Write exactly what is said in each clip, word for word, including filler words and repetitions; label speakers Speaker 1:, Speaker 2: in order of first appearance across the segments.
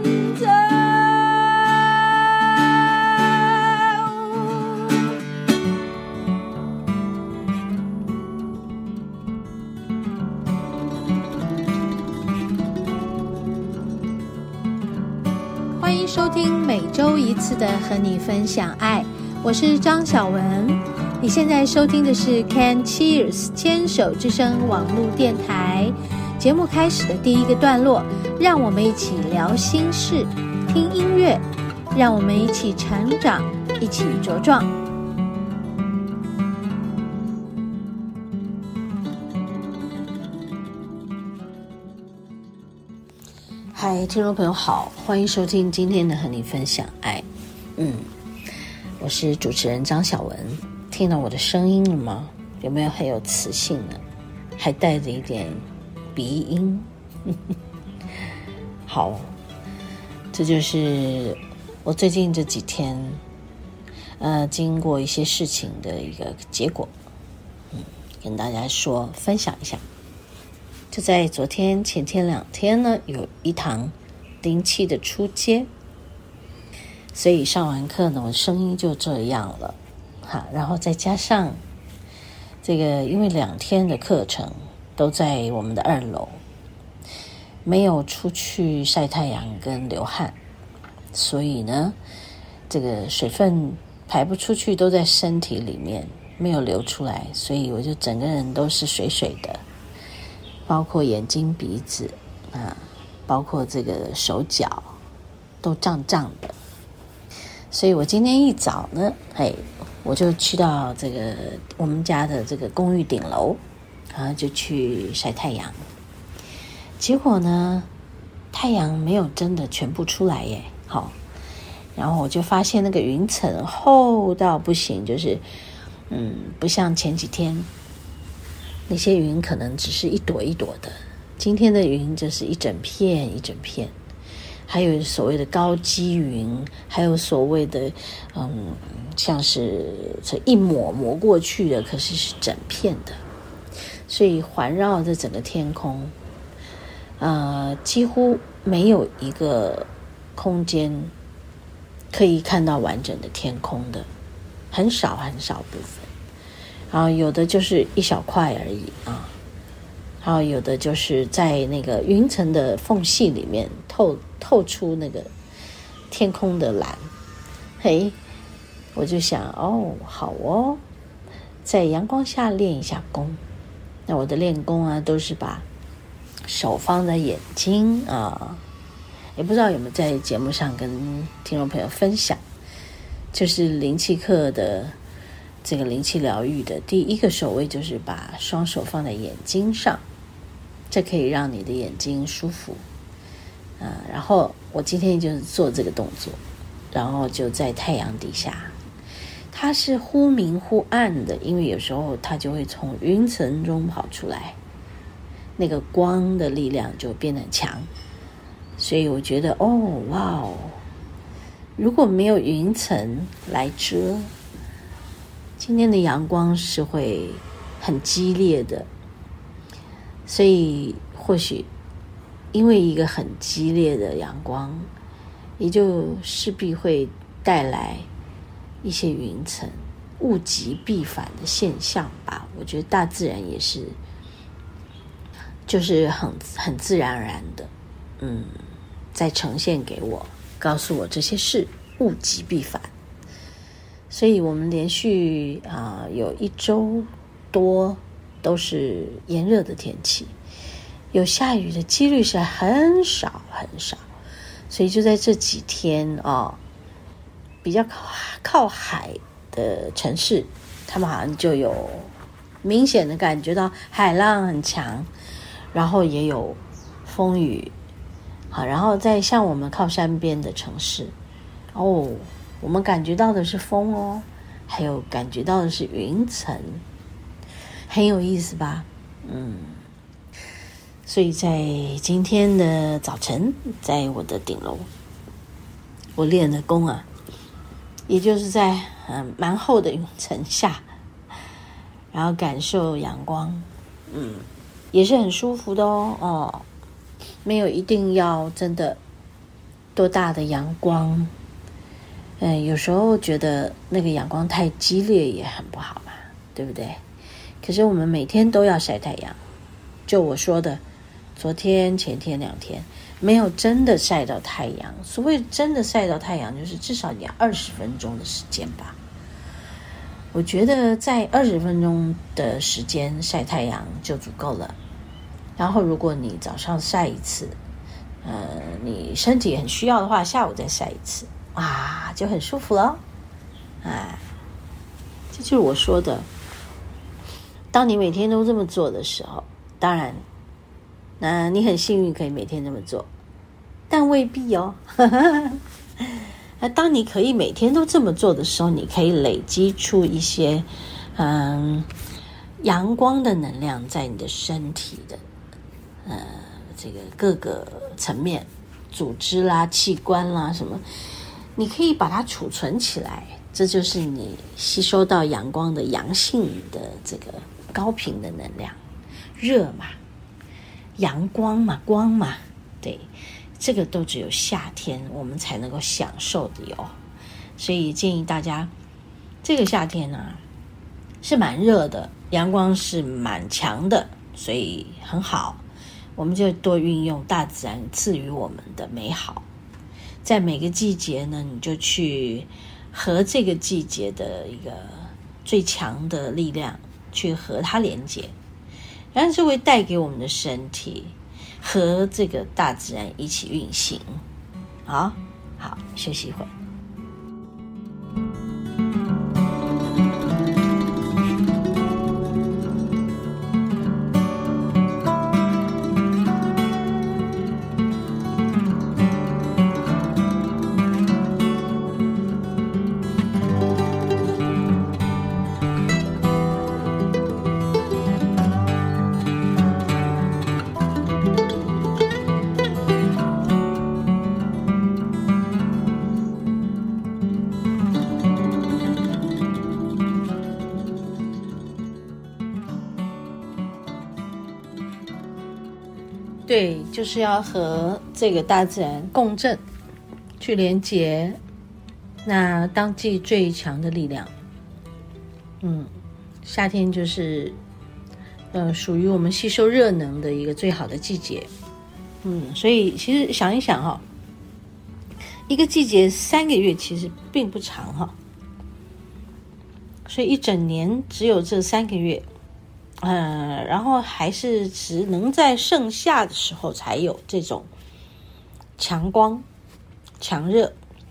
Speaker 1: 走。欢迎收听每周一次的和你分享爱，我是张小文。你现在收听的是 Can Cheers 牵手之声网络电台。节目开始的第一个段落，让我们一起聊心事，听音乐，让我们一起成长，一起茁壮。嗨，听众朋友好，欢迎收听今天的和你分享爱。嗯，我是主持人张小文。听到我的声音了吗？有没有很有磁性呢？还带着一点鼻音。好，这就是我最近这几天呃经过一些事情的一个结果，嗯，跟大家说分享一下。就在昨天前天两天呢，有一堂灵气的初阶，所以上完课呢，我声音就这样了。好，然后再加上这个，因为两天的课程都在我们的二楼，没有出去晒太阳跟流汗，所以呢，这个水分排不出去，都在身体里面没有流出来，所以我就整个人都是水水的，包括眼睛、鼻子啊，包括这个手脚都胀胀的。所以我今天一早呢，嘿。我就去到这个我们家的这个公寓顶楼，然后就去晒太阳。结果呢，太阳没有真的全部出来耶，好，然后我就发现那个云层厚到不行，就是嗯，不像前几天那些云可能只是一朵一朵的，今天的云就是一整片一整片。还有所谓的高积云，还有所谓的嗯，像是这一抹抹过去的，可是是整片的，所以环绕着整个天空，呃，几乎没有一个空间可以看到完整的天空的，很少很少部分，然后有的就是一小块而已啊。然后有的就是在那个云层的缝隙里面透透出那个天空的蓝，嘿，我就想哦，好哦，在阳光下练一下功。那我的练功啊，都是把手放在眼睛啊，也不知道有没有在节目上跟听众朋友分享，就是灵气课的这个灵气疗愈的第一个手位，就是把双手放在眼睛上。这可以让你的眼睛舒服啊。然后我今天就是做这个动作，然后就在太阳底下，它是忽明忽暗的，因为有时候它就会从云层中跑出来，那个光的力量就变得很强。所以我觉得哦，哇哦，如果没有云层来遮，今天的阳光是会很激烈的。所以或许因为一个很激烈的阳光，也就势必会带来一些云层，物极必反的现象吧。我觉得大自然也是，就是很很自然而然的，嗯，在呈现给我，告诉我这些事物极必反。所以我们连续啊、呃、有一周多。都是炎热的天气，有下雨的几率是很少很少，所以就在这几天哦，比较靠靠海的城市，他们好像就有明显的感觉到海浪很强，然后也有风雨，好，然后在像我们靠山边的城市，哦，我们感觉到的是风哦，还有感觉到的是云层。很有意思吧，嗯，所以在今天的早晨，在我的顶楼，我练的功啊，也就是在嗯蛮厚的云层下，然后感受阳光，嗯，也是很舒服的哦，哦，没有一定要真的多大的阳光，嗯，有时候觉得那个阳光太激烈也很不好嘛，对不对？可是我们每天都要晒太阳，就我说的，昨天、前天两天没有真的晒到太阳。所谓真的晒到太阳，就是至少也二十分钟的时间吧。我觉得在二十分钟的时间晒太阳就足够了。然后如果你早上晒一次，呃，你身体很需要的话，下午再晒一次，哇，就很舒服了。哎，这就是我说的。当你每天都这么做的时候，当然，那你很幸运可以每天这么做，但未必哦。那当你可以每天都这么做的时候，你可以累积出一些嗯阳光的能量在你的身体的呃这个各个层面，组织啦、器官啦什么，你可以把它储存起来，这就是你吸收到阳光的阳性的这个高频的能量，热嘛，阳光嘛，光嘛，对。这个都只有夏天我们才能够享受的哟，所以建议大家，这个夏天啊是蛮热的，阳光是蛮强的，所以很好，我们就多运用大自然赐予我们的美好。在每个季节呢，你就去和这个季节的一个最强的力量去和它连接，然后就会带给我们的身体和这个大自然一起运行。好，好，休息一会儿。对，就是要和这个大自然共振，去连接那当季最强的力量。嗯，夏天就是呃属于我们吸收热能的一个最好的季节。嗯，所以其实想一想哈、哦，一个季节三个月其实并不长哈、哦，所以一整年只有这三个月。呃，然后还是只能在盛夏的时候才有这种强光、强热。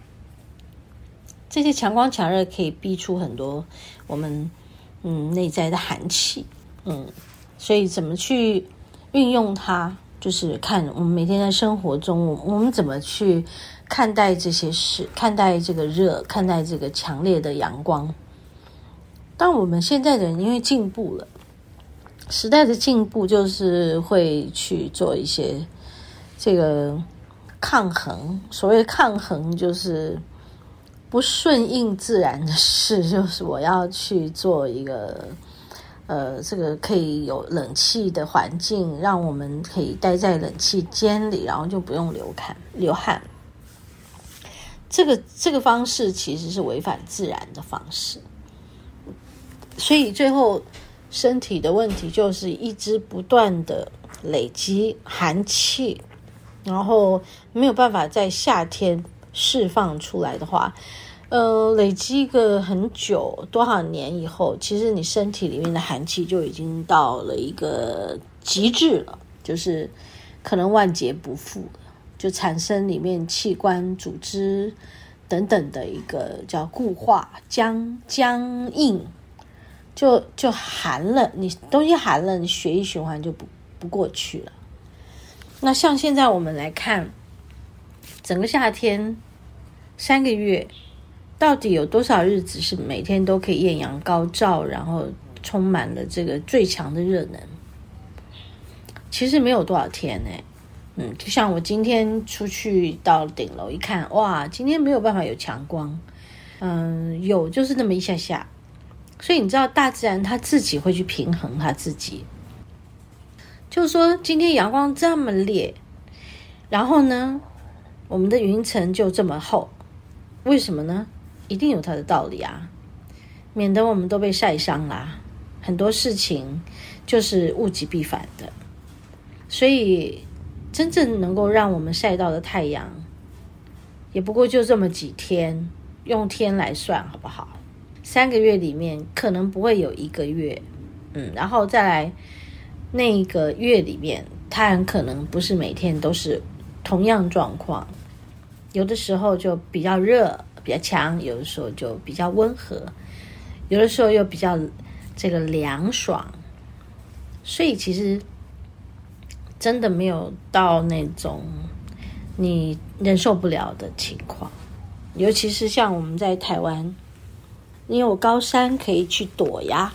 Speaker 1: 这些强光、强热可以逼出很多我们嗯内在的寒气，嗯，所以怎么去运用它，就是看我们每天在生活中，我们怎么去看待这些事，看待这个热，看待这个强烈的阳光。当我们现在的人因为进步了。时代的进步就是会去做一些这个抗衡，所谓抗衡就是不顺应自然的事，就是我要去做一个呃，这个可以有冷气的环境，让我们可以待在冷气间里，然后就不用流汗流汗。这个这个方式其实是违反自然的方式，所以最后。身体的问题就是一直不断的累积寒气，然后没有办法在夏天释放出来的话，呃，累积个很久多少年以后，其实你身体里面的寒气就已经到了一个极致了，就是可能万劫不复了，就产生里面器官组织等等的一个叫固化、僵僵硬。就就寒了，你东西寒了，你血液循环就不不过去了。那像现在我们来看，整个夏天三个月，到底有多少日子是每天都可以艳阳高照，然后充满了这个最强的热能？其实没有多少天呢、欸。嗯，就像我今天出去到顶楼一看，哇，今天没有办法有强光，嗯，有就是那么一下下。所以你知道大自然它自己会去平衡它自己，就是说今天阳光这么烈，然后呢我们的云层就这么厚，为什么呢？一定有它的道理啊，免得我们都被晒伤啦。很多事情就是物极必反的，所以真正能够让我们晒到的太阳，也不过就这么几天，用天来算好不好？三个月里面可能不会有一个月，嗯，然后再来那个月里面，它很可能不是每天都是同样状况，有的时候就比较热比较强，有的时候就比较温和，有的时候又比较这个凉爽，所以其实真的没有到那种你忍受不了的情况。尤其是像我们在台湾，你有高山可以去躲呀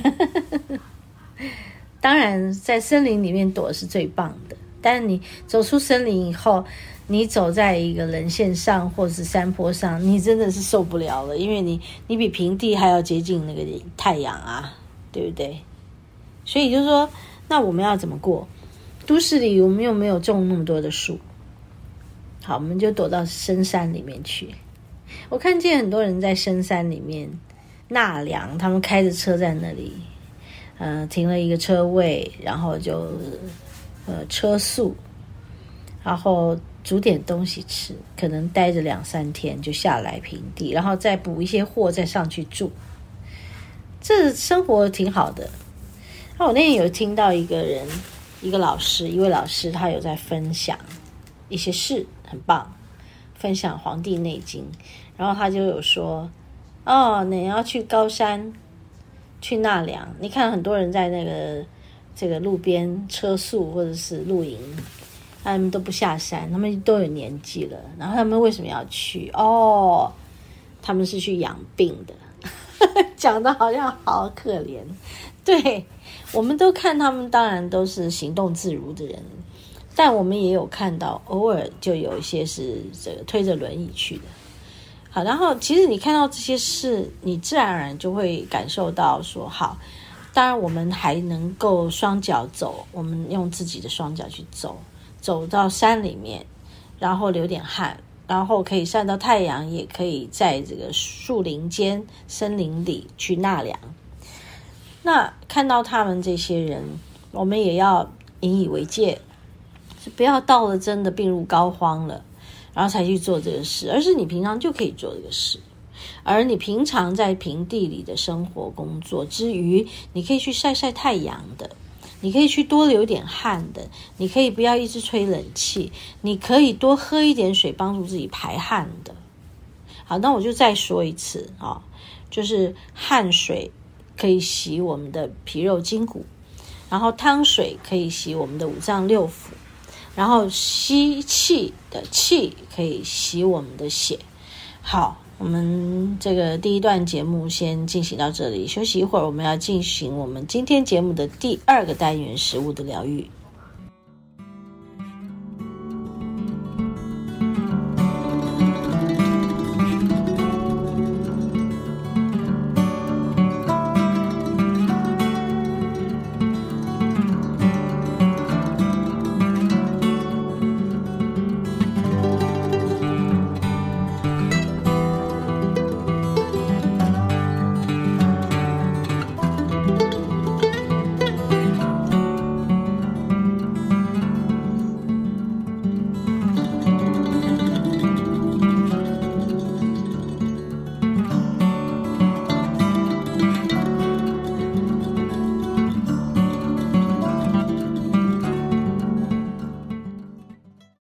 Speaker 1: 当然在森林里面躲是最棒的，但是你走出森林以后，你走在一个人线上或是山坡上，你真的是受不了了，因为你你比平地还要接近那个太阳啊，对不对？所以就是说，那我们要怎么过？都市里我们又没有种那么多的树，好，我们就躲到深山里面去。我看见很多人在深山里面纳凉，他们开着车在那里呃，停了一个车位，然后就呃车宿，然后煮点东西吃，可能待着两三天就下来平地，然后再补一些货再上去住，这生活挺好的。那我那天有听到一个人，一个老师，一位老师，他有在分享一些事，很棒，分享《黄帝内经》，然后他就有说，哦，你要去高山去纳凉，你看很多人在那个这个路边车宿或者是露营，他们都不下山，他们都有年纪了，然后他们为什么要去？哦，他们是去养病的讲得好像好可怜。对，我们都看他们当然都是行动自如的人，但我们也有看到偶尔就有一些是这个推着轮椅去的。好，然后其实你看到这些事，你自然而然就会感受到说，好，当然我们还能够双脚走，我们用自己的双脚去走，走到山里面，然后流点汗，然后可以晒到太阳，也可以在这个树林间森林里去纳凉。那看到他们这些人，我们也要引以为戒，是不要到了真的病入膏肓了然后才去做这个事，而是你平常就可以做这个事。而你平常在平地里的生活工作之余，你可以去晒晒太阳的，你可以去多流点汗的，你可以不要一直吹冷气，你可以多喝一点水帮助自己排汗的。好，那我就再说一次啊，就是汗水可以洗我们的皮肉筋骨，然后汤水可以洗我们的五脏六腑，然后吸气的气可以洗我们的血。好，我们这个第一段节目先进行到这里，休息一会儿，我们要进行我们今天节目的第二个单元，食物的疗愈。